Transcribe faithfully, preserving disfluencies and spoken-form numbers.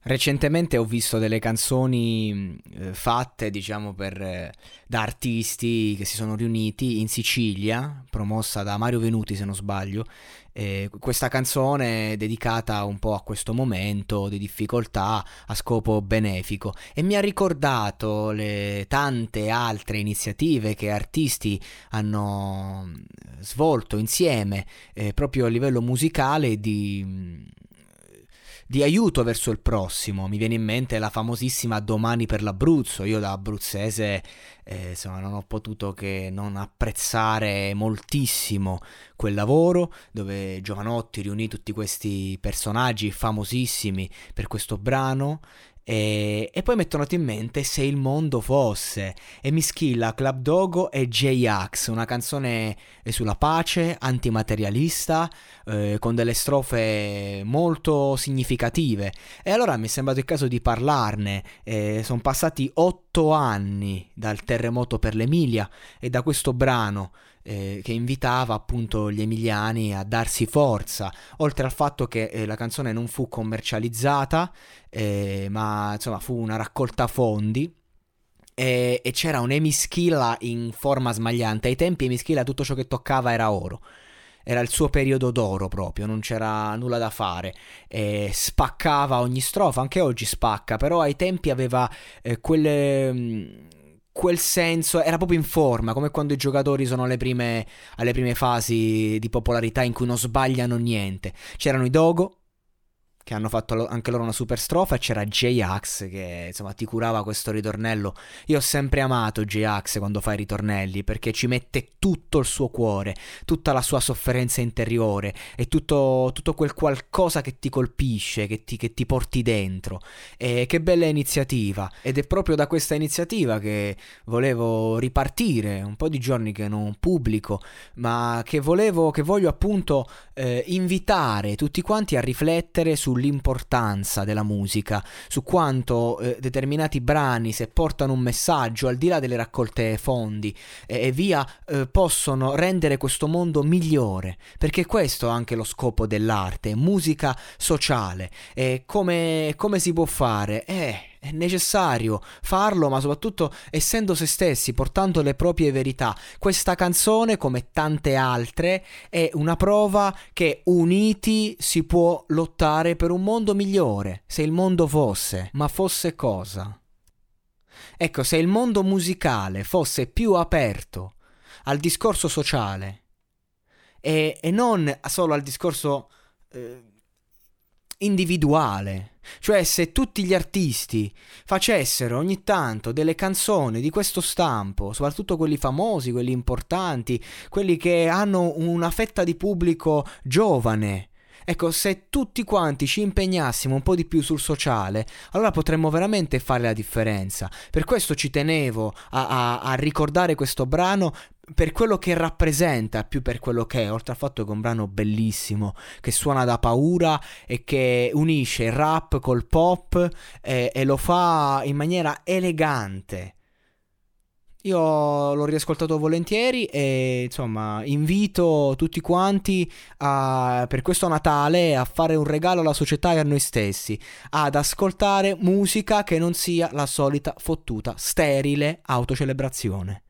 Recentemente ho visto delle canzoni eh, fatte, diciamo, per, eh, da artisti che si sono riuniti in Sicilia, promossa da Mario Venuti se non sbaglio. Eh, questa canzone è dedicata un po' a questo momento di difficoltà a scopo benefico e mi ha ricordato le tante altre iniziative che artisti hanno mm, svolto insieme, eh, proprio a livello musicale di di aiuto verso il prossimo. Mi viene in mente la famosissima Domani per l'Abruzzo. Io da abruzzese eh, insomma non ho potuto che non apprezzare moltissimo quel lavoro, dove Giovanotti riunì tutti questi personaggi famosissimi per questo brano. E, e poi mi è tornato in mente Se il mondo fosse, e Mischilla, Club Dogo e J-Ax, una canzone sulla pace, antimaterialista, eh, con delle strofe molto significative. E allora mi è sembrato il caso di parlarne. Eh, sono passati otto anni dal terremoto per l'Emilia e da questo brano eh, che invitava appunto gli emiliani a darsi forza, oltre al fatto che eh, la canzone non fu commercializzata, eh, ma insomma fu una raccolta fondi. E, e c'era un Emischilla in forma smagliante. Ai tempi Emischilla tutto ciò che toccava era oro. Era il suo periodo d'oro proprio, non c'era nulla da fare. E spaccava ogni strofa, anche oggi spacca, però ai tempi aveva eh, quelle... mh, quel senso, era proprio in forma, come quando i giocatori sono alle prime, alle prime fasi di popolarità in cui non sbagliano niente. C'erano i Dogo, che hanno fatto lo- anche loro una super strofa, e c'era J-Ax che insomma ti curava questo ritornello. Io ho sempre amato J-Ax quando fa i ritornelli, perché ci mette tutto il suo cuore, tutta la sua sofferenza interiore e tutto, tutto quel qualcosa che ti colpisce, che ti, che ti porti dentro. E che bella iniziativa, ed è proprio da questa iniziativa che volevo ripartire. Un po' di giorni che non pubblico, ma che volevo, che voglio appunto eh, invitare tutti quanti a riflettere sull'importanza della musica, su quanto eh, determinati brani, se portano un messaggio, al di là delle raccolte fondi eh, e via, eh, possono rendere questo mondo migliore, perché questo è anche lo scopo dell'arte, musica sociale. E come, come si può fare? Eh, è necessario farlo, ma soprattutto essendo se stessi, portando le proprie verità. Questa canzone, come tante altre, è una prova che uniti si può lottare per un mondo migliore. Se il mondo fosse, ma fosse cosa? Ecco, se il mondo musicale fosse più aperto al discorso sociale e, e non solo al discorso eh, individuale. Cioè, se tutti gli artisti facessero ogni tanto delle canzoni di questo stampo, soprattutto quelli famosi, quelli importanti, quelli che hanno una fetta di pubblico giovane, ecco, se tutti quanti ci impegnassimo un po' di più sul sociale, allora potremmo veramente fare la differenza. Per questo ci tenevo a, a, a ricordare questo brano, per quello che rappresenta, più per quello che è, oltre al fatto che è un brano bellissimo, che suona da paura e che unisce il rap col pop e, e lo fa in maniera elegante. Io l'ho riascoltato volentieri e insomma invito tutti quanti a, per questo Natale, a fare un regalo alla società e a noi stessi, ad ascoltare musica che non sia la solita fottuta, sterile autocelebrazione.